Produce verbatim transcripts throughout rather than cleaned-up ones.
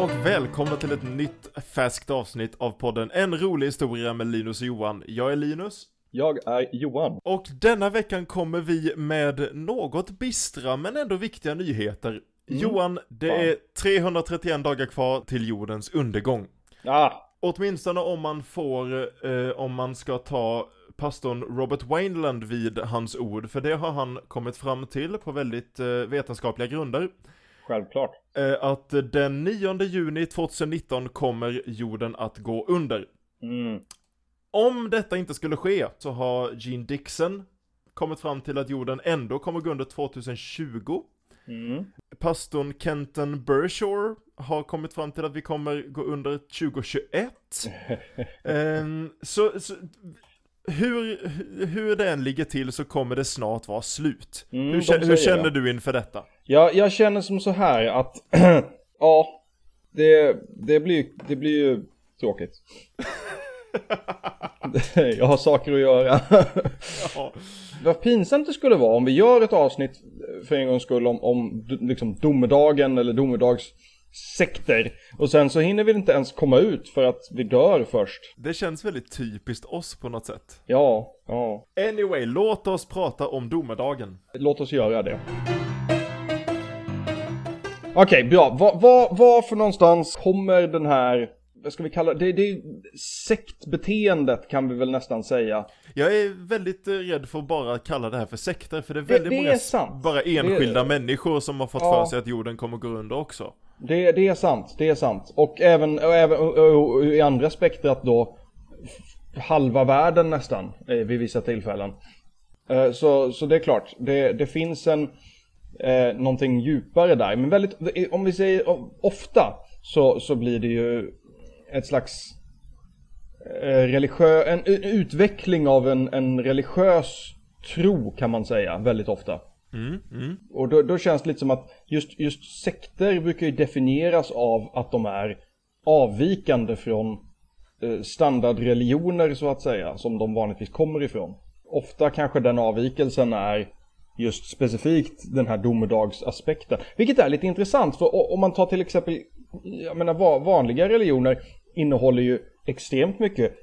och välkomna till ett nytt färskt avsnitt av podden En rolig historia med Linus och Johan. Jag är Linus. Jag är Johan. Och denna veckan kommer vi med något bistra men ändå viktiga nyheter. Mm. Johan, det ja. är trehundratrettioen dagar kvar till jordens undergång. Ja. Åtminstone om man får, eh, om man ska ta pastorn Robert Wineland vid hans ord. För det har han kommit fram till på väldigt eh, vetenskapliga grunder. Självklart. Eh, att den nionde juni tjugonitton kommer jorden att gå under. Mm. Om detta inte skulle ske så har Gene Dixon kommit fram till att jorden ändå kommer gå under tjugotjugo. Mm. Pastorn Kenton Bershore har kommit fram till att vi kommer gå under tjugohundratjugoett. um, så, så hur, hur det än ligger till så kommer det snart vara slut. Mm, hur, hur känner du inför detta? Ja, jag känner som så här att ja, det, det, blir, det blir ju tråkigt. Jag har saker att göra. Ja. Vad pinsamt det skulle vara om vi gör ett avsnitt för en gångs skull om, om liksom domedagen eller domedagssekter och sen så hinner vi inte ens komma ut för att vi dör först. Det känns väldigt typiskt oss på något sätt. Ja, ja. Anyway, låt oss prata om domedagen. Låt oss göra det. Okej, okay, bra. Var, var, var för någonstans kommer den här, vad ska vi kalla det? Det är sektbeteendet kan vi väl nästan säga. Jag är väldigt rädd för att bara kalla det här för sekter. För det är väldigt det, det många är sant. bara enskilda det... människor som har fått ja. för sig att jorden kommer gå under också. Det, det är sant, det är sant. Och även, och även och, och, och, i andra aspekter att då halva världen nästan eh, vid vissa tillfällen. Eh, så, så det är klart, det, det finns en eh, någonting djupare där. Men väldigt, om vi säger ofta så, så blir det ju ett slags eh, religiös, en, en utveckling av en, en religiös tro kan man säga väldigt ofta. Mm, mm. Och då, då känns det lite som att just, just sekter brukar ju definieras av att de är avvikande från eh, standardreligioner så att säga, som de vanligtvis kommer ifrån. Ofta kanske den avvikelsen är just specifikt den här domedagsaspekten. Vilket är lite intressant, för om man tar till exempel, jag menar vanliga religioner innehåller ju extremt mycket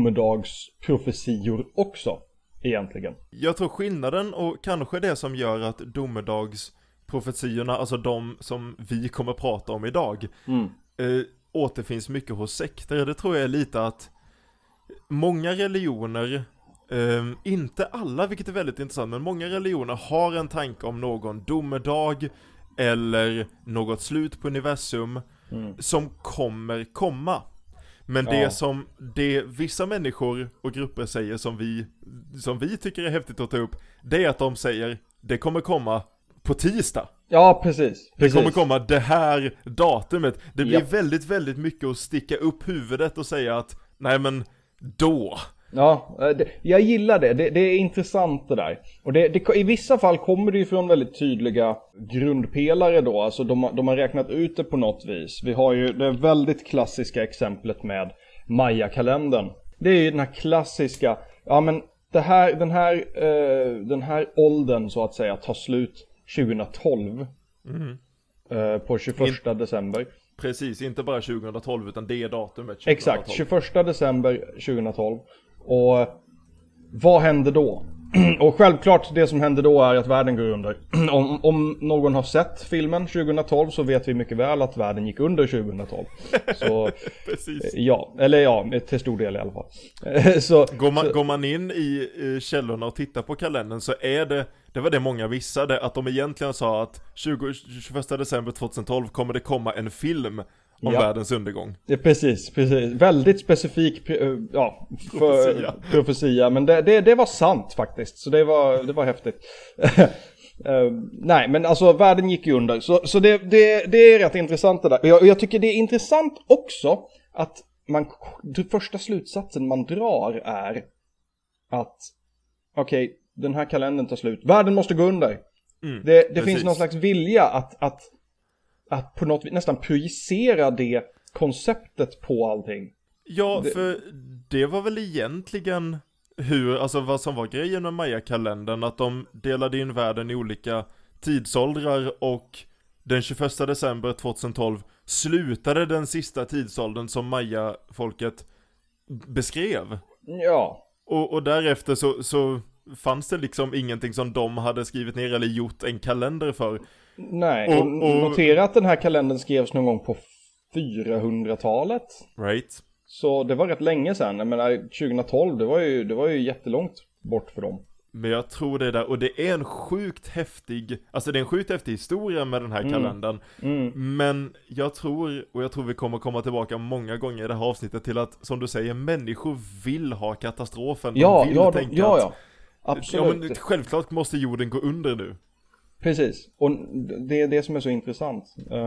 domedagsprofetior också. Egentligen. Jag tror skillnaden och kanske det som gör att domedagsprofetiorna, alltså de som vi kommer prata om idag, mm. äh, återfinns mycket hos sekter. Det tror jag är lite att många religioner, äh, inte alla vilket är väldigt intressant, men många religioner har en tanke om någon domedag eller något slut på universum mm. som kommer komma. Men det ja. som det vissa människor och grupper säger som vi, som vi tycker är häftigt att ta upp, det är att de säger det kommer komma på tisdag. Ja, precis. precis. Det kommer komma det här datumet. Det blir ja. väldigt, väldigt mycket att sticka upp huvudet och säga att nej men då. Ja, det, jag gillar det. det. Det är intressant det där. Och det, det, i vissa fall kommer det ju från väldigt tydliga grundpelare då. Alltså de, de har räknat ut det på något vis. Vi har ju det väldigt klassiska exemplet med Maya-kalendern. Det är ju den här klassiska, ja men det här, den här, eh, den här åldern så att säga tar slut tjugotolv. Mm. Eh, på tjugoförsta december. Precis, inte bara tjugotolv utan det är datumet tjugotolv. Exakt, tjugoförsta december tjugotolv. Och vad händer då? Och självklart det som händer då är att världen går under. Om, om någon har sett filmen tjugotolv så vet vi mycket väl att världen gick under tjugotolv. Så precis. Ja, eller ja, till stor del i alla fall. Så, går, man, så, går man in i, i källorna och tittar på kalendern så är det, det var det många vissade, att de egentligen sa att tjugoförsta december tjugotolv kommer det komma en film om ja. världens undergång. Det är precis, precis. Väldigt specifik ja, för, profetia. profetia. Men det, det, det var sant faktiskt. Så det var, det var häftigt. uh, nej, men alltså världen gick ju under. Så, så det, det, det är rätt intressant det där. Och jag, jag tycker det är intressant också att man, den första slutsatsen man drar är att okej, okay, den här kalendern tar slut. Världen måste gå under. Mm, det det finns någon slags vilja att, att att på något nästan projicera det konceptet på allting. Ja, det... för det var väl egentligen hur, alltså vad som var grejen med Maya-kalendern, att de delade in världen i olika tidsåldrar och den tjugoförsta december tjugotolv slutade den sista tidsåldern som Maya-folket beskrev. Ja. Och, och därefter så, så fanns det liksom ingenting som de hade skrivit ner eller gjort en kalender för. Nej, och, och, och notera att den här kalendern skrevs någon gång på fyrahundratalet. Right. Så det var rätt länge sedan. Jag menar, tjugohundratolv, det var ju, det var ju jättelångt bort för dem. Men jag tror det där, och det är en sjukt häftig, alltså det är en sjukt häftig historia med den här Mm. kalendern. Mm. Men jag tror, och jag tror vi kommer komma tillbaka många gånger i det här avsnittet till att, som du säger, människor vill ha katastrofen. De Ja, vill ja, tänka de, ja, att, ja. Absolut. Ja, men självklart måste jorden gå under nu. Precis, och det är det som är så intressant. Uh,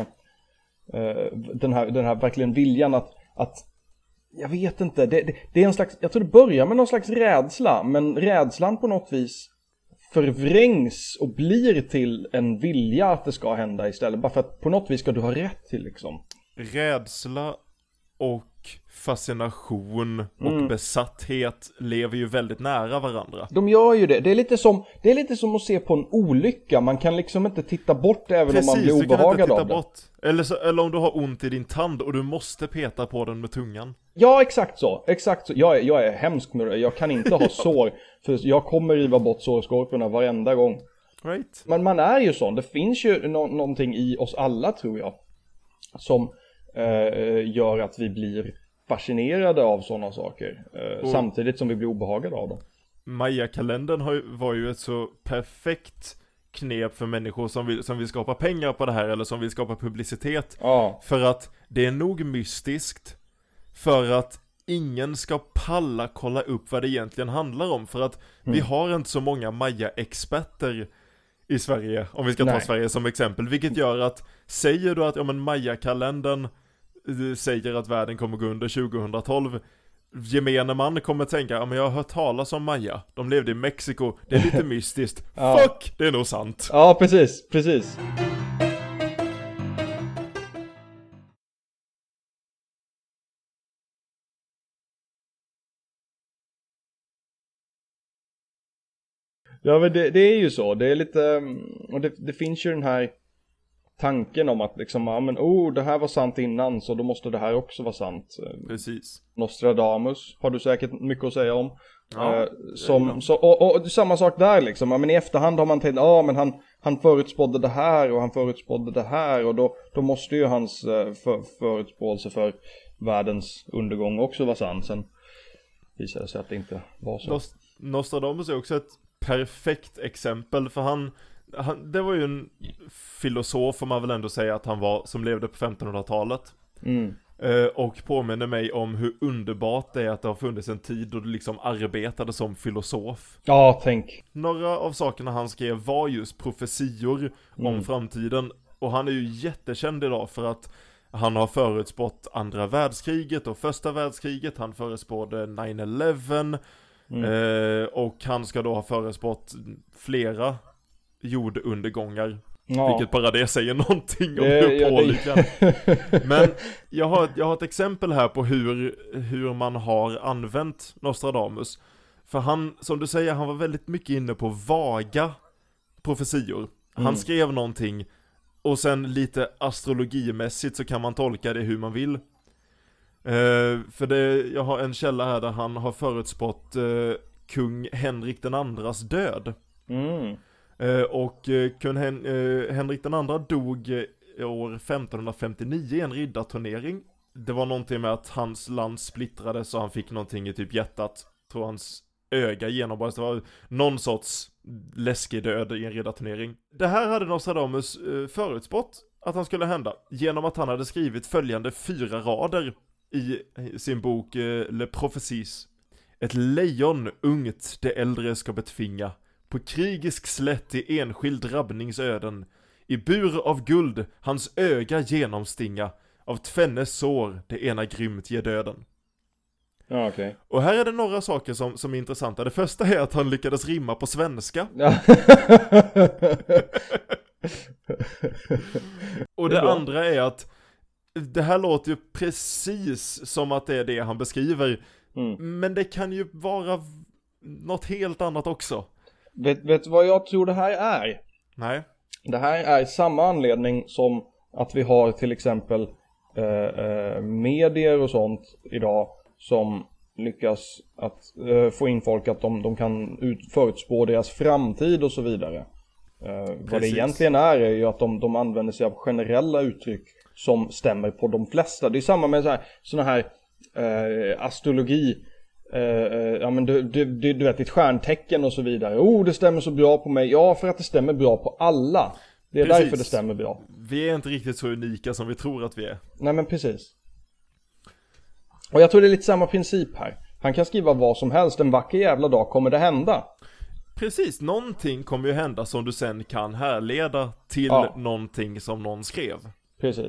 uh, den, här, den här verkligen viljan att, att jag vet inte, det, det, det är en slags, jag tror det börjar med någon slags rädsla, men rädslan på något vis förvrängs och blir till en vilja att det ska hända istället, bara för att på något vis ska du ha rätt till liksom. Rädsla och fascination och Mm. besatthet lever ju väldigt nära varandra. De gör ju det. Det är lite som, det är lite som att se på en olycka. Man kan liksom inte titta bort det även Precis, om man blir du kan inte obehagad titta av det. bort. Eller, så, eller om du har ont i din tand och du måste peta på den med tungan. Ja, exakt så. Exakt så. Jag är, jag är hemsk med det. Jag kan inte ha sår. För jag kommer riva bort sårskorporna varenda gång. Right. Men man är ju sån. Det finns ju no- någonting i oss alla, tror jag, som eh, gör att vi blir fascinerade av sådana saker. Eh, Och- samtidigt som vi blir obehagade av dem. Maya-kalendern har ju- var ju ett så perfekt knep för människor som vill, som vill skapa pengar på det här eller som vill skapa publicitet. Ja. För att det är nog mystiskt för att ingen ska palla kolla upp vad det egentligen handlar om. För att vi har inte så många Maya-experter i Sverige, om vi ska ta Nej. Sverige som exempel. Vilket gör att, säger du att ja, men Maya-kalendern eh, säger att världen kommer gå under tjugohundratolv, gemene man kommer tänka, ja men jag har hört talas om Maya, de levde i Mexiko, det är lite mystiskt. Ja. Fuck, det är nog sant. Ja, precis. Precis. Ja, men det, det är ju så. Det är lite, och det, det finns ju den här tanken om att liksom, ja men oh, det här var sant innan, så då måste det här också vara sant. Precis. Nostradamus har du säkert mycket att säga om. Ja, eh, som, så, och, och samma sak där liksom, ja, men i efterhand har man tänkt, ja men han, han förutspådde det här och han förutspådde det här, och då, då måste ju hans eh, för, förutspåelse för världens undergång också vara sann. Sen visade det sig att det inte var så. Nost- Nostradamus är också ett perfekt exempel, för han, han det var ju en filosof, får man väl ändå säga att han var, som levde på femtonhundratalet. Mm. Eh, och påminner mig om hur underbart det är att det har funnits en tid då du liksom arbetade som filosof. Ja, tänk. Några av sakerna han skrev var just profetior om Mm. framtiden. Och han är ju jättekänd idag för att han har förutspått andra världskriget och första världskriget. Han förutspådde nine eleven. Mm. Eh, och han ska då ha förutspått flera jordundergångar. Ja. Vilket bara det säger någonting om Det- hur ja, det- pålitlig. Men jag har, jag har ett exempel här på hur, hur man har använt Nostradamus. För han, som du säger, han var väldigt mycket inne på vaga profetior. Han Mm. skrev någonting och sen lite astrologimässigt så kan man tolka det hur man vill. Eh, för det, jag har en källa här där han har förutspått eh, kung Henrik den andras död. Mm. Eh, och eh, kung Hen- eh, Henrik den andra dog eh, år femtonhundrafemtionio i en riddarturnering. Det var någonting med att hans land splittrades så han fick någonting i typ hjärtat. Tror hans öga genombröts. Det var någon sorts läskig död i en riddarturnering. Det här hade Nostradamus eh, förutspått att han skulle hända genom att han hade skrivit följande fyra rader i sin bok eh, Le Prophéties. Ett lejon ungt det äldre ska betvinga, på krigisk slätt i enskild drabbningsöden, i bur av guld hans öga genomstinga, av tvenne sår det ena grymt ger döden. Ja, okej. Och här är det några saker som, som är intressanta. Det första är att han lyckades rimma på svenska. Ja. Och Det det är bra. andra är att det här låter ju precis som att det är det han beskriver. Mm. Men det kan ju vara något helt annat också. Vet, vet du vad jag tror det här är? Nej. Det här är samma anledning som att vi har till exempel eh, eh, medier och sånt idag som lyckas att eh, få in folk att de, de kan ut, förutspå deras framtid och så vidare. Eh, vad det egentligen är är ju att de, de använder sig av generella uttryck som stämmer på de flesta. Det är samma med så här, såna här eh, astrologi. Uh, uh, ja men du, du, du, du vet ditt stjärntecken och så vidare. Oh, det stämmer så bra på mig. Ja, för att det stämmer bra på alla. Det är precis. Därför det stämmer bra. Vi är inte riktigt så unika som vi tror att vi är. Nej men precis. Och jag tror det är lite samma princip här. Han kan skriva vad som helst. En vacker jävla dag kommer det hända. Precis, någonting kommer ju hända som du sen kan härleda till ja. någonting som någon skrev. Precis.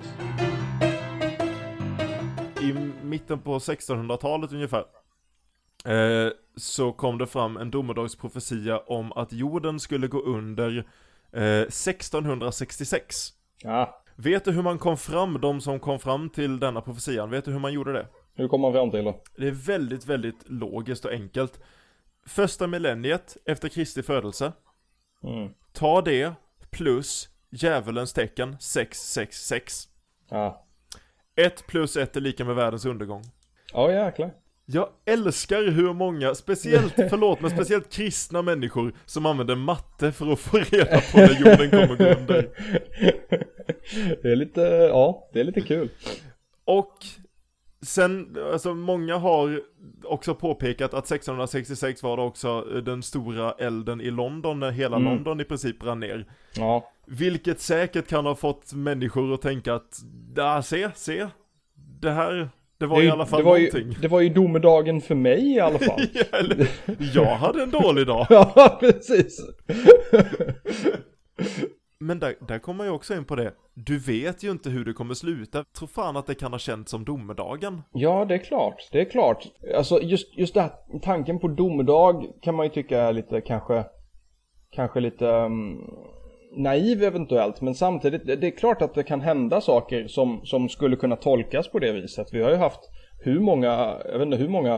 I mitten på sextonhundratalet ungefär Eh, så kom det fram en domedagsprofetia om att jorden skulle gå under eh, sextonhundrasextiosex. Ja. Vet du hur man kom fram, de som kom fram till denna profetian, vet du hur man gjorde det? Hur kom man fram till det? Det är väldigt, väldigt logiskt och enkelt. Första millenniet efter Kristi födelse. Mm. Ta det plus djävulens tecken sex sex sex. Ja. ett plus ett är lika med världens undergång. Ja, jäklar. Jag älskar hur många, speciellt, förlåt, men speciellt kristna människor som använder matte för att få reda på när jorden kommer gå under. Det är lite, ja, det är lite kul. Och sen, alltså många har också påpekat att sextonhundrasextiosex var det också den stora elden i London, när hela mm. London i princip brann ner. Ja. Vilket säkert kan ha fått människor att tänka att, ja, se, se, det här... Det var det, i alla fall det var någonting. Ju, det var ju domedagen för mig i alla fall. Ja, eller, jag hade en dålig dag. Ja, precis. Men där, där kommer jag också in på det. Du vet ju inte hur det kommer sluta. Jag tror fan att det kan ha känts som domedagen. Ja, det är klart. Det är klart. Alltså just, just det här, tanken på domedag kan man ju tycka är lite kanske, kanske lite... Um... naiv eventuellt, men samtidigt det är klart att det kan hända saker som, som skulle kunna tolkas på det viset. Vi har ju haft hur många, jag vet inte hur många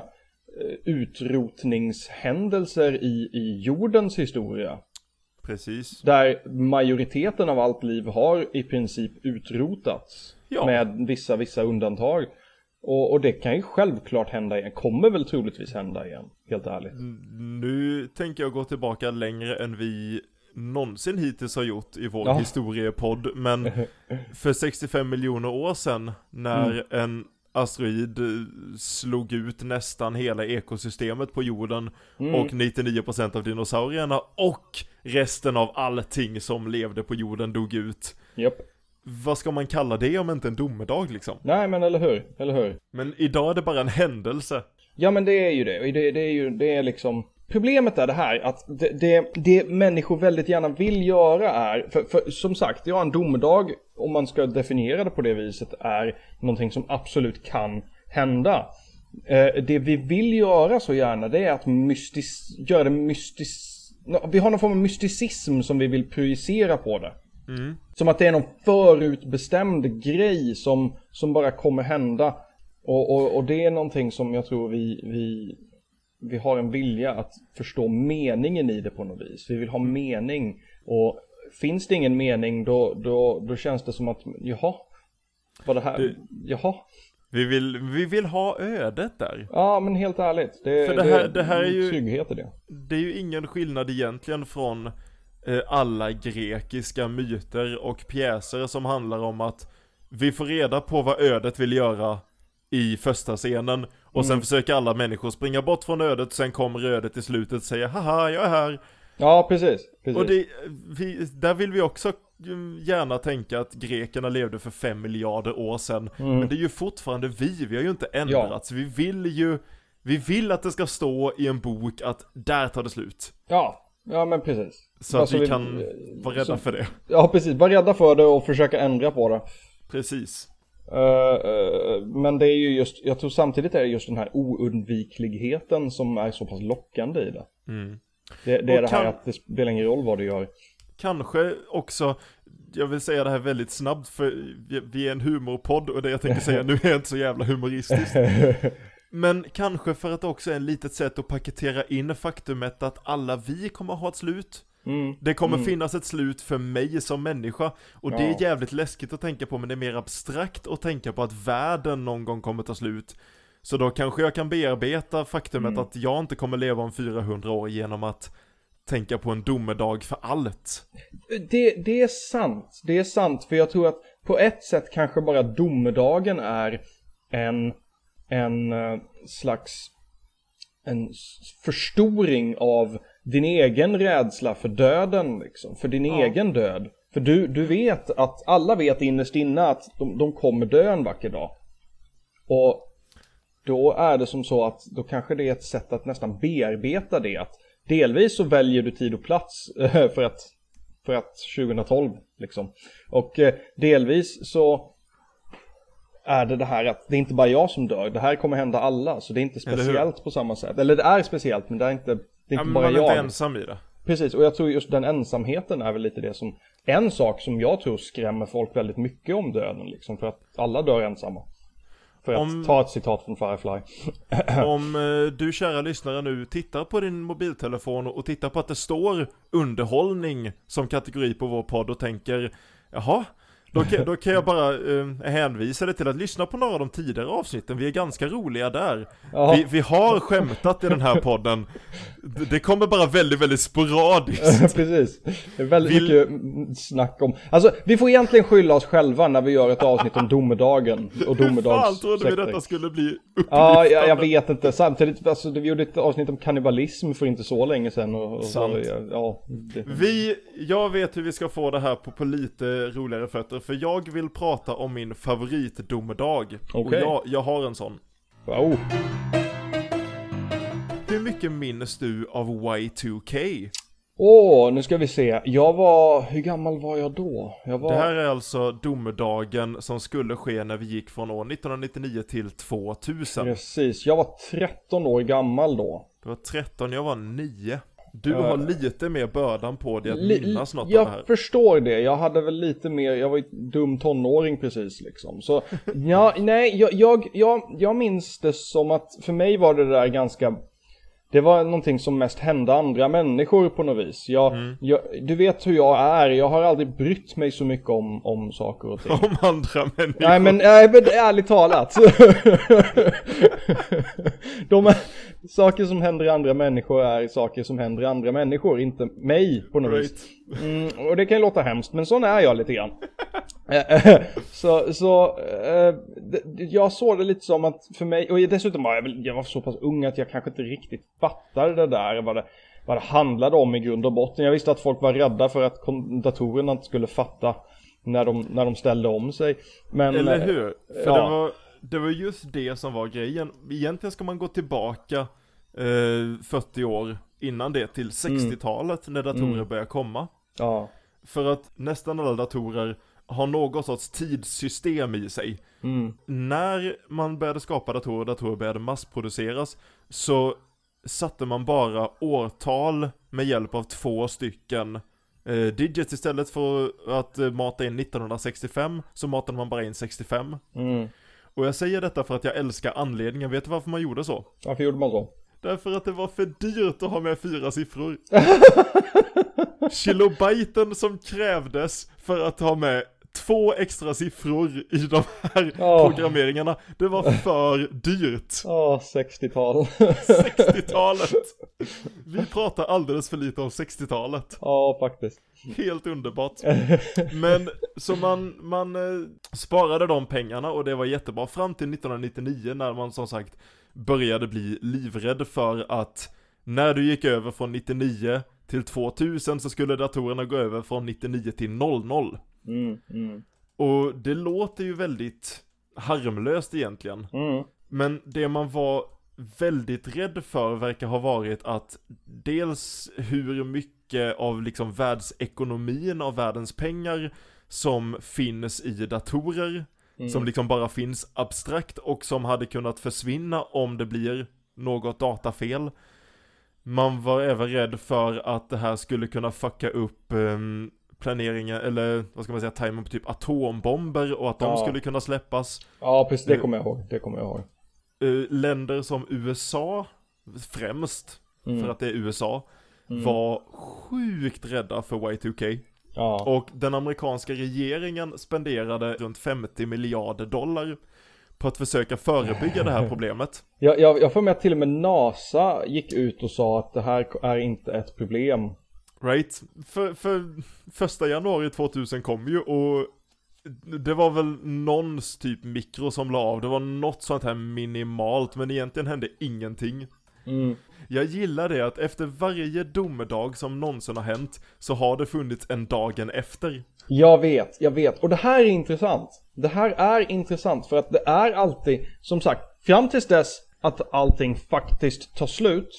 utrotningshändelser i, i jordens historia. Precis. Där majoriteten av allt liv har i princip utrotats. Ja. Med vissa, vissa undantag. Och, och det kan ju självklart hända igen. Kommer väl troligtvis hända igen, helt ärligt. Nu tänker jag gå tillbaka längre än vi någonsin hittills har gjort i vår ja. historiepodd, men för sextiofem miljoner år sedan när mm. en asteroid slog ut nästan hela ekosystemet på jorden mm. och nittionio procent av dinosaurierna och resten av allting som levde på jorden dog ut. Yep. Vad ska man kalla det om inte en domedag liksom? Nej, men eller hur, eller hur? Men idag är det bara en händelse. Ja, men det är ju det. Det, det är ju, det är liksom... Problemet är det här att det, det, det människor väldigt gärna vill göra är, för, för som sagt, ja, en domedag, om man ska definiera det på det viset, är någonting som absolut kan hända. Eh, det vi vill göra så gärna, det är att mystis, göra det mystis, vi har någon form av mysticism som vi vill projicera på det. Mm. Som att det är någon förutbestämd grej som, som bara kommer hända. Och, och, och det är någonting som jag tror vi... vi Vi har en vilja att förstå meningen i det på något vis. Vi vill ha mening. Och finns det ingen mening då, då, då känns det som att jaha, vad det här, det, jaha. Vi vill, vi vill ha ödet där. Ja, men helt ärligt. Det, För det här, det här är ju trygghet i det. Det är ju ingen skillnad egentligen från eh, alla grekiska myter och pjäser som handlar om att vi får reda på vad ödet vill göra i första scenen och sen mm. försöker alla människor springa bort från ödet, sen kommer ödet i slutet och säger haha, jag är här. Ja, precis, precis. Och det, vi, där vill vi också gärna tänka att grekerna levde för fem miljarder år sedan, mm. men det är ju fortfarande vi, vi har ju inte ändrats. Ja. Vi vill ju vi vill att det ska stå i en bok att där tar det slut. Ja, ja men precis. Så alltså att vi, vi kan vara rädda så, för det. Ja, precis, vara rädda för det och försöka ändra på det. Precis. Uh, uh, men det är ju just, jag tror samtidigt är det just den här oundvikligheten som är så pass lockande i det. Mm. Det, det är det här kan, att det spelar ingen roll vad du gör. Kanske också, jag vill säga det här väldigt snabbt för vi, vi är en humorpodd och det jag tänker säga nu är inte så jävla humoristiskt. Men kanske för att det också är en litet sätt att paketera in faktumet att alla vi kommer ha ett slut. Mm. Det kommer mm. finnas ett slut för mig som människa. Och Ja. det är jävligt läskigt att tänka på, men det är mer abstrakt att tänka på att världen någon gång kommer ta slut. Så då kanske jag kan bearbeta faktumet Mm. att jag inte kommer leva om fyrahundra år genom att tänka på en domedag för allt. Det, det är sant, det är sant, för jag tror att på ett sätt kanske bara domedagen är en, en uh, slags en förstoring av din egen rädsla för döden, liksom, för din Ja. egen död. För du, du vet att, alla vet innerst inne att de, de kommer dö en vacker dag. Och då är det som så att då kanske det är ett sätt att nästan bearbeta det, att delvis så väljer du tid och plats för att, för att tjugohundratolv liksom. Och eh, delvis så är det det här att det är inte bara jag som dör. Det här kommer hända alla. Så det är inte speciellt på samma sätt. Eller det är speciellt, men det är inte, det är Ja, inte men bara man är jag. inte ensam i det. Precis, och jag tror just den ensamheten är väl lite det som, en sak som jag tror skrämmer folk väldigt mycket om döden liksom. För att alla dör ensamma. För att Om- ta ett citat från Firefly. Om eh, du kära lyssnare nu tittar på din mobiltelefon och tittar på att det står underhållning som kategori på vår podd och tänker, jaha, då kan, då kan jag bara eh, hänvisa dig till att lyssna på några av de tidigare avsnitten. Vi är ganska roliga där. Ja. Vi, vi har skämtat i den här podden. Det- Det kommer bara väldigt, väldigt sporadiskt. Precis, det är väldigt Vill- mycket mm, snack om. Alltså vi får egentligen skylla oss själva när vi gör ett avsnitt om domedagen och Hur fan domedags trodde vi sekter. detta skulle bli upplyftande? Ja, jag, jag vet inte. Samtidigt, alltså, vi gjorde ett avsnitt om kannibalism för inte så länge sedan. Och, och Sant. så, ja, det, Vi, jag vet hur vi ska få det här på, på lite roligare fötter, för jag vill prata om min favoritdomedag. Och Okej. jag, jag har en sån. wow. Hur mycket minns du av Y två K? Åh, nu ska vi se. Jag var, hur gammal var jag då? Jag var, Det här är alltså domedagen som skulle ske när vi gick från år nittonhundranittionio till tvåtusen. precis, jag var tretton år gammal då. Du var tretton, jag var nio. Du Uh, har lite mer bördan på dig att Li- minnas något jag av det här. förstår det, jag hade väl lite mer, jag var ju dum tonåring precis liksom. Så, ja, nej, jag, jag, jag, jag minns det som att för mig var det där ganska, det var någonting som mest hände andra människor på något vis. Jag, Mm. jag, du vet hur jag är, jag har aldrig brytt mig så mycket om, om saker och ting. Om andra människor. Nej men, nej, men ärligt talat. De är, saker som händer i andra människor är saker som händer i andra människor, inte mig på något Right. vis. Mm, och det kan ju låta hemskt, men sån är jag lite grann. så så eh, det- jag såg det lite som att för mig, och dessutom var jag väl, jag var så pass ung att jag kanske inte riktigt fattade det där, vad det, vad det handlade om i grund och botten. Jag visste att folk var rädda för att kon- datorerna inte skulle fatta när de, när de ställde om sig. Men, Eller eh, hur? För ja. det, var, det var just det som var grejen. Egentligen ska man gå tillbaka eh, fyrtio år innan det till sextiotalet när datorer Mm. började komma. Ja. För att nästan alla datorer har någon sorts tidssystem i sig. Mm. När man började skapa datorer och datorer började massproduceras så satte man bara årtal med hjälp av två stycken eh, digits. Istället för att eh, mata in nittonhundrasextiofem så matade man bara in sextiofem. Mm. Och jag säger detta för att jag älskar anledningen. Vet du varför man gjorde så? Varför gjorde man så? Därför att det var för dyrt att ha med fyra siffror. Kilobyten som krävdes för att ha med två extra siffror i de här Åh. programmeringarna, det var för dyrt. Ja, sextiotal. sextiotalet. Vi pratar alldeles för lite om sextiotalet. Ja, faktiskt. Helt underbart. Men så man, man eh, sparade de pengarna och det var jättebra fram till nittonhundranittionio när man som sagt började bli livrädd för att när du gick över från nittionio till tvåtusen så skulle datorerna gå över från nittionio till noll noll. Mm, mm, Och det låter ju väldigt harmlöst egentligen. mm. Men det man var väldigt rädd för verkar ha varit att dels hur mycket av liksom världsekonomin av världens pengar som finns i datorer, Mm. som liksom bara finns abstrakt och som hade kunnat försvinna om det blir något datafel. Man var även rädd för att det här skulle kunna fucka upp um, planeringen, eller vad ska man säga, timern på typ atombomber och att de Ja. skulle kunna släppas. Ja, precis. Det kommer jag ihåg. Det kommer jag ihåg. Uh, länder som U S A främst, Mm. för att det är U S A, mm. var sjukt rädda för Y two K. Ja. Och den amerikanska regeringen spenderade runt femtio miljarder dollar på att försöka förebygga det här problemet. Jag, jag, jag får med att till och med NASA gick ut och sa att det här är inte ett problem. Right? För, för första januari tvåtusen kom ju och det var väl någons typ mikro som la av. Det var något sånt här minimalt, men egentligen hände ingenting. Mm. Jag gillar det att efter varje domedag som någonsin har hänt så har det funnits en dagen efter. Jag vet, jag vet. Och det här är intressant. Det här är intressant för att det är alltid, som sagt, fram tills dess att allting faktiskt tar slut.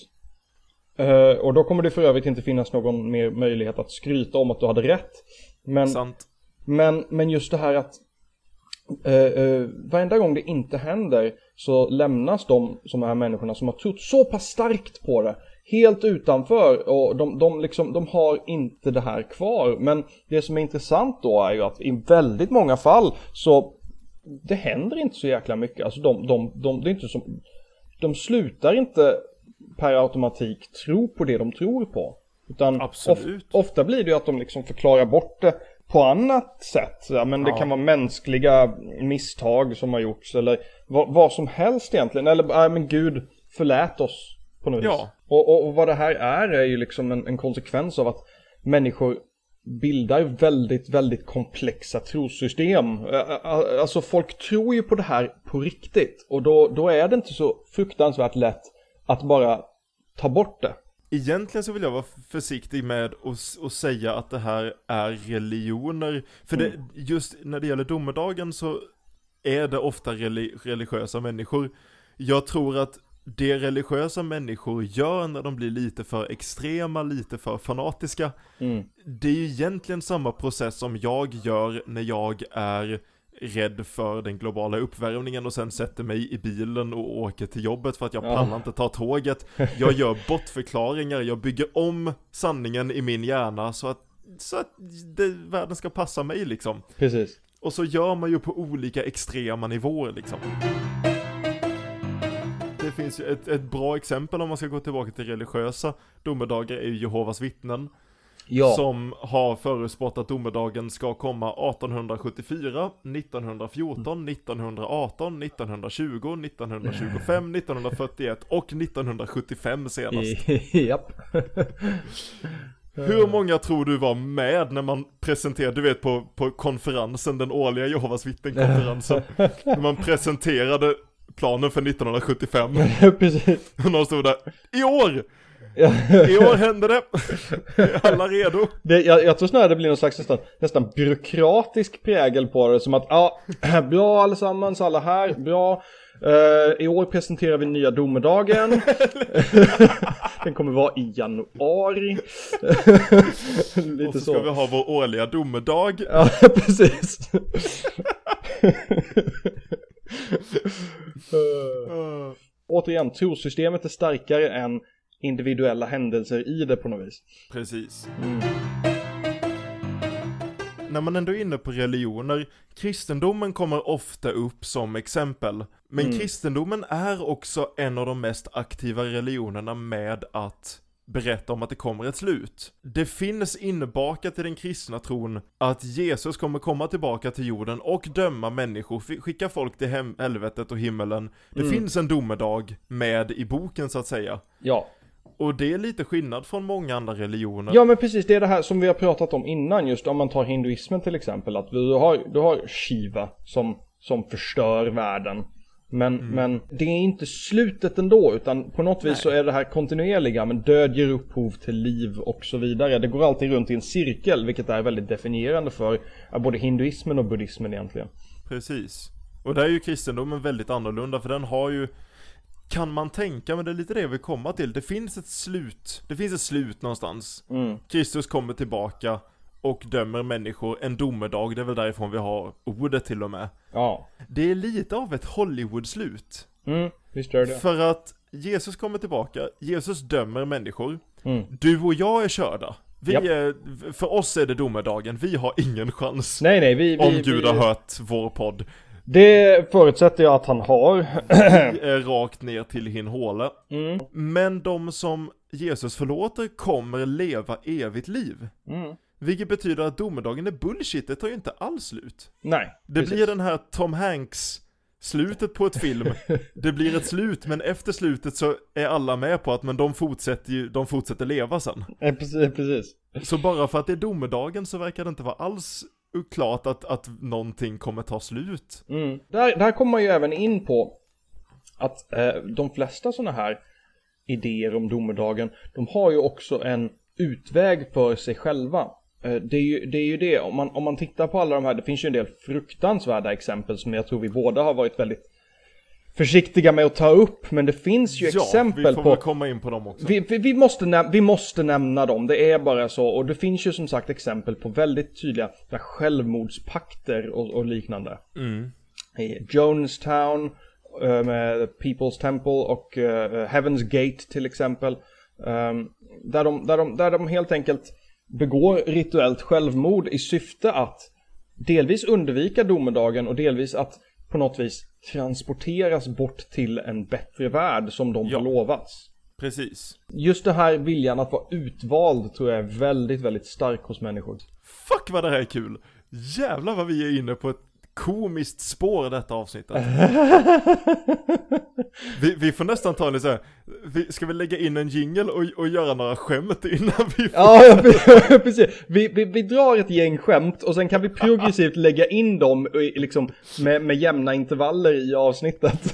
Uh, och då kommer det för övrigt inte finnas någon mer möjlighet att skryta om att du hade rätt. Men, Sant. men, men just det här att uh, uh, varenda gång det inte händer så lämnas de som här människorna som har trott så pass starkt på det helt utanför, och de, de, liksom, de har inte det här kvar. Men det som är intressant då är ju att i väldigt många fall så det händer inte så jäkla mycket. Alltså de, de, de, det är inte som, de slutar inte per automatik tro på det de tror på. Utan of, ofta blir det ju att de liksom förklarar bort det på annat sätt. Ja, men det ja. kan vara mänskliga misstag som har gjorts eller vad, vad som helst egentligen. Eller äh, men Gud förlät oss på något vis. Ja. Och, och, och vad det här är är ju liksom en, en konsekvens av att människor bildar väldigt, väldigt komplexa trossystem. Alltså folk tror ju på det här på riktigt. Och då, då är det inte så fruktansvärt lätt att bara ta bort det. Egentligen så vill jag vara försiktig med att, att säga att det här är religioner. För det, mm. just när det gäller domedagen så är det ofta religiösa människor. Jag tror att det religiösa människor gör när de blir lite för extrema, lite för fanatiska, mm. det är ju egentligen samma process som jag gör när jag är rädd för den globala uppvärmningen och sen sätter mig i bilen och åker till jobbet för att jag ja. pallar inte ta tåget. Jag gör bortförklaringar, jag bygger om sanningen i min hjärna så att, så att det, världen ska passa mig liksom. Precis. Och så gör man ju på olika extrema nivåer liksom. Det finns ju ett, ett bra exempel om man ska gå tillbaka till religiösa domedagar är ju Jehovas vittnen. Ja. Som har förutspått att domedagen ska komma artonhundrasjuttiofyra, nittonhundrafjorton, nittonhundraarton, nittonhundratjugo, nittonhundratjugofem, nittonhundrafyrtioett och nittonhundrasjuttiofem senast. Japp. Hur många tror du var med när man presenterade, du vet på, på konferensen, den årliga Jehovas vittnen-konferensen, när man presenterade planen för nittonhundrasjuttiofem. Precis. Och någon stod där, i år! I år händer det. Är alla redo? Det, jag, jag tror snarare det blir någon slags nästan, nästan byråkratisk prägel på det. Som att, ja, bra allesammans, alla här, bra. Uh, I år presenterar vi nya domedagen. Den kommer vara i januari. Lite och så så ska vi ha vår årliga domedag. Ja, precis. uh. Återigen, trosystemet är starkare än individuella händelser i det på något vis. Precis. Mm. När man ändå är inne på religioner, kristendomen kommer ofta upp som exempel. Men mm. kristendomen är också en av de mest aktiva religionerna med att berätta om att det kommer ett slut. Det finns inbakat i den kristna tron att Jesus kommer komma tillbaka till jorden och döma människor, skicka folk till hem- helvetet och himmelen. Det mm. finns en domedag med i boken så att säga. Ja. Och det är lite skillnad från många andra religioner. Ja men precis, det är det här som vi har pratat om innan, just om man tar hinduismen till exempel. Att du har, du har Shiva som, som förstör världen. Men, mm. men det är inte slutet ändå, utan på något vis Nej. så är det här kontinuerliga, men död ger upphov till liv och så vidare. Det går alltid runt i en cirkel, vilket är väldigt definierande för både hinduismen och buddhismen egentligen. Precis. Och där är ju kristendomen väldigt annorlunda, för den har ju, kan man tänka, men det är lite det vi kommer till. Det finns ett slut, det finns ett slut någonstans. Mm. Kristus kommer tillbaka och dömer människor, en domedag, det är väl därifrån vi har ordet till och med. Ja. Det är lite av ett Hollywood-slut. Mm, visst är det. För att Jesus kommer tillbaka, Jesus dömer människor. Mm. Du och jag är körda. Vi Japp. är, för oss är det domedagen, vi har ingen chans. Nej, nej, vi, vi, om Gud vi, har hört vår podd. Det förutsätter jag att han har. Vi är rakt ner till hin håle. Mm. Men de som Jesus förlåter kommer leva evigt liv. Mm. Vilket betyder att domedagen är bullshit, det tar ju inte alls slut. Nej, det precis. blir den här Tom Hanks slutet på ett film. Det blir ett slut, men efter slutet så är alla med på att men de fortsätter ju, de fortsätter leva sen. Ja, precis, precis. Så bara för att det är domedagen så verkar det inte vara alls klart att, att någonting kommer ta slut. Mm. Där, där kommer man ju även in på att eh, de flesta sådana här idéer om domedagen, de har ju också en utväg för sig själva. Eh, det, är ju, det är ju det, om man, om man tittar på alla de här, det finns ju en del fruktansvärda exempel som jag tror vi båda har varit väldigt försiktiga med att ta upp, men det finns ju ja, exempel vi får på... väl komma in på dem också. Vi, vi, vi, måste näm- vi måste nämna dem, det är bara så. Och det finns ju som sagt exempel på väldigt tydliga självmordspakter och, och liknande. Mm. I Jonestown uh, med People's Temple och uh, Heaven's Gate till exempel. Um, där, de, där, de, där de helt enkelt begår rituellt självmord i syfte att delvis undvika domedagen och delvis att på något vis transporteras bort till en bättre värld som de ja. har lovats. Precis. Just det här viljan att vara utvald tror jag är väldigt, väldigt stark hos människor. Fuck vad det här är kul! Jävlar vad vi är inne på ett komiskt spår detta avsnittet. vi, vi får nästan ta det så här. Vi, ska vi lägga in en jingle och, och göra några skämt innan vi får... Ja, precis. Vi, vi, vi drar ett gäng skämt och sen kan vi progressivt lägga in dem liksom, med, med jämna intervaller i avsnittet.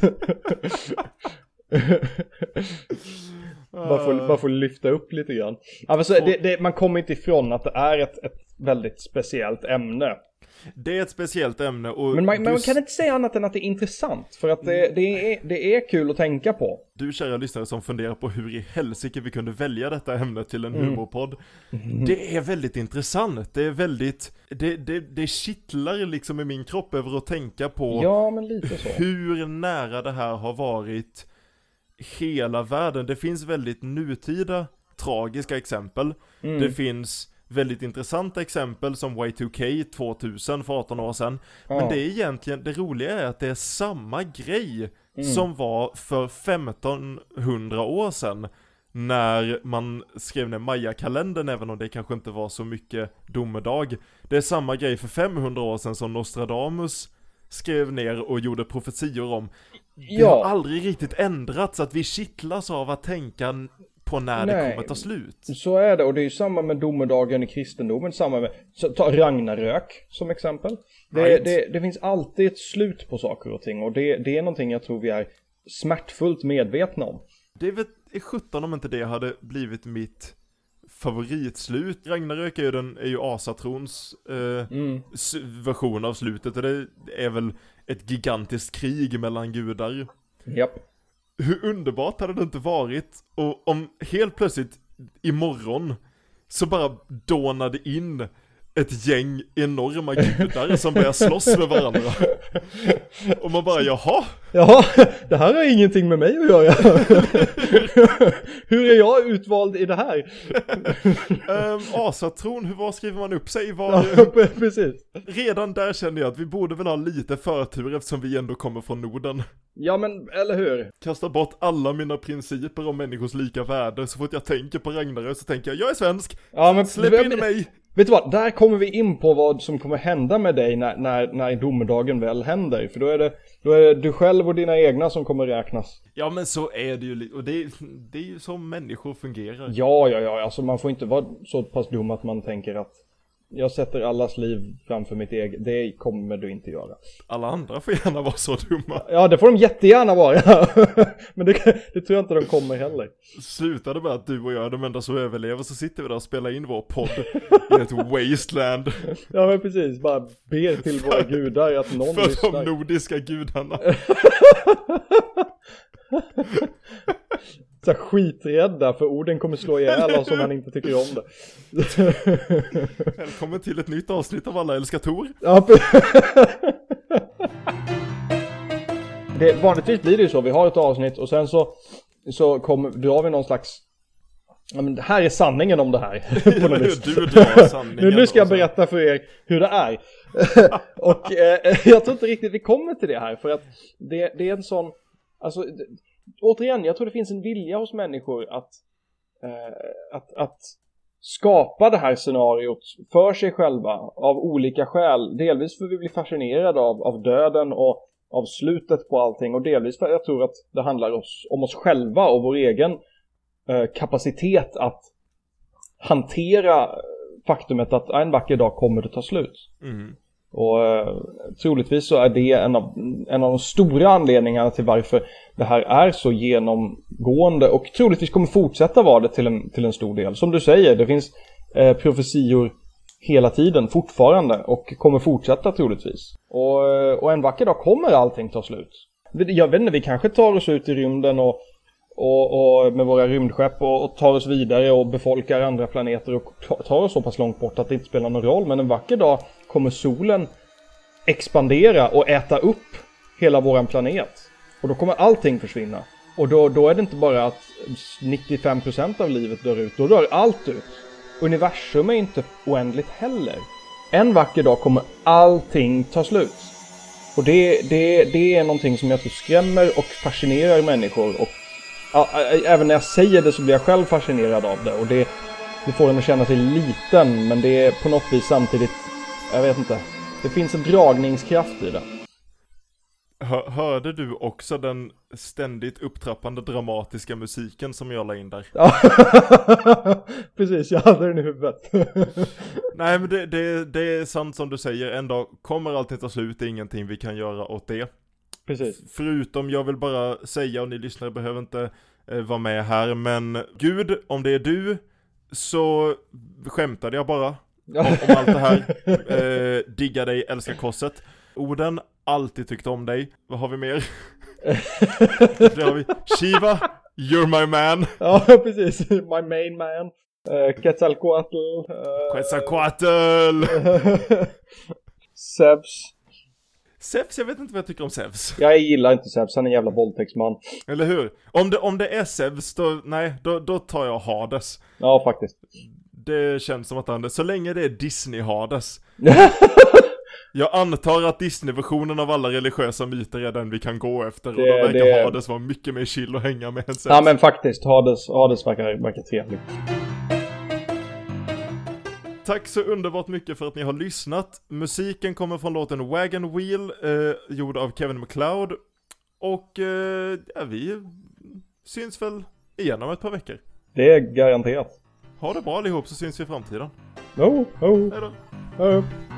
bara, får, bara får lyfta upp lite grann. Alltså, det, det, man kommer inte ifrån att det är ett, ett väldigt speciellt ämne. Det är ett speciellt ämne och men man, du... man kan inte säga annat än att det är intressant. För att det, det, är, det är kul att tänka på. Du kära lyssnare som funderar på hur i helsike vi kunde välja detta ämne till en mm. humorpodd. Mm. Det är väldigt intressant. Det är väldigt... Det, det, det kittlar liksom i min kropp över att tänka på ja, men lite så. Hur nära det här har varit hela världen. Det finns väldigt nutida tragiska exempel. Mm. Det finns väldigt intressanta exempel som Y two K tvåtusen för arton år sedan. Ja. Men det är egentligen, det roliga är att det är samma grej mm. som var för femtonhundra år sedan när man skrev ner Maya-kalendern, även om det kanske inte var så mycket domedag. Det är samma grej för femhundra år sedan som Nostradamus skrev ner och gjorde profetior om. Det ja. har aldrig riktigt ändrats, att vi kittlas av att tänka på när Nej, det kommer ta slut. Så är det, och det är ju samma med domedagen i kristendomen, samma med, så, ta Ragnarök som exempel. Det, right. det, det finns alltid ett slut på saker och ting, och det, det är någonting jag tror vi är smärtfullt medvetna om. Det är väl sjutton om inte det hade blivit mitt favoritslut. Ragnarök är ju, den, är ju Asatrons eh, mm. version av slutet, och det är väl ett gigantiskt krig mellan gudar. Japp. Hur underbart hade det inte varit och om helt plötsligt imorgon så bara dånade in ett gäng enorma gudar som börjar slåss med varandra. Och man bara, jaha? Jaha, det här har ingenting med mig att göra. Hur är jag utvald i det här? um, Asatron, hur var skriver man upp sig? Var, ja, precis. Redan där känner jag att vi borde väl ha lite förtur eftersom vi ändå kommer från Norden. Ja, men eller hur? Kasta bort alla mina principer om människors lika värde. Så fort jag tänker på Ragnarök så tänker jag, jag är svensk. Ja, men, släpp in men, mig. Vet du vad, där kommer vi in på vad som kommer hända med dig när, när, när domedagen väl händer. För då är, det, då är det du själv och dina egna som kommer räknas. Ja, men så är det ju. Och det är, det är ju som människor fungerar. Ja, ja, ja. Alltså man får inte vara så pass dum att man tänker att jag sätter allas liv framför mitt eget. Det kommer du inte göra. Alla andra får gärna vara så dumma. Ja, det får de jättegärna vara. Men det, det tror jag inte de kommer heller. Slutade med att du och jag är de enda som överlever, så sitter vi där och spelar in vår podd i ett wasteland. Ja, men precis. Bara ber till våra gudar att någon för lyssnar. För de nordiska gudarna. Så skiträdda för orden kommer slå ihjäl oss om man inte tycker om det. Välkommen till ett nytt avsnitt av Alla älskar Tor. Ja, det, vanligtvis blir det ju så. Vi har ett avsnitt och sen så, så kommer, drar vi någon slags... Ja, men här är sanningen om det här. På något vis. Du drar sanningen. Nu, nu ska jag berätta för er hur det är. Och eh, jag tror inte riktigt vi kommer till det här. För att det, det är en sån... Alltså... Återigen, jag tror det finns en vilja hos människor att eh, att, att skapa det här scenariot för sig själva av olika skäl. Delvis för att vi blir fascinerade av, av döden och av slutet på allting, och delvis för att jag tror att det handlar oss, om oss själva och vår egen eh, kapacitet att hantera faktumet att en vacker dag kommer det ta slut. Mm. Och eh, troligtvis så är det en av, en av de stora anledningarna till varför det här är så genomgående och troligtvis kommer fortsätta vara det till en, till en stor del. Som du säger, det finns eh, profetior hela tiden fortfarande och kommer fortsätta troligtvis. Och, och en vacker dag kommer allting ta slut. Jag vet inte, vi kanske tar oss ut i rymden och, och, och med våra rymdskepp och, och tar oss vidare och befolkar andra planeter och tar oss så pass långt bort att det inte spelar någon roll. Men en vacker dag kommer solen expandera och äta upp hela våran planet. Och då kommer allting försvinna. Och då, då är det inte bara att nittiofem procent av livet dör ut, då dör allt ut. Universum är inte oändligt heller. En vacker dag kommer allting ta slut. Och det, det, det är någonting som jag tror skrämmer och fascinerar människor. Och ja, även när jag säger det så blir jag själv fascinerad av det. Och det, det får en att känna sig liten, men det är på något vis samtidigt, jag vet inte, det finns en dragningskraft i det. Hör, hörde du också den ständigt upptrappande dramatiska musiken som jag la in där? Ja, precis, jag hade den i huvudet. Nej, men det, det, det är sant som du säger. En dag kommer alltid ta slut, det är ingenting vi kan göra åt det. Precis. Förutom, jag vill bara säga, och ni lyssnare behöver inte eh, vara med här, men Gud, om det är du, så skämtade jag bara om, om allt det här. Eh, digga dig, älska korset. Orden, alltid tyckt om dig. Vad har vi mer? Det har vi. Shiva, you're my man. Ja, precis. My main man. Uh, Quetzalcoatl. Uh, Quetzalcoatl. Zeus. Zeus, jag vet inte vad jag tycker om Zeus. Jag gillar inte Zeus, han är en jävla våldtäktsman. Eller hur? Om det, om det är Zeus, då, nej, då, då tar jag Hades. Ja, faktiskt. Det känns som att han, så länge det är Disney Hades. Jag antar att Disney-versionen av alla religiösa myter är den vi kan gå efter. Det, och då verkar det... Hades vara mycket mer chill att hänga med än Zeus. Ja, men faktiskt, Hades, Hades verkar, verkar trevligt. Tack så underbart mycket för att ni har lyssnat. Musiken kommer från låten Wagon Wheel, eh, gjord av Kevin MacLeod. Och eh, ja, vi syns väl igen om ett par veckor. Det är garanterat. Ha det bra allihop, så syns vi i framtiden. Oh, oh. Hej då. Hej då.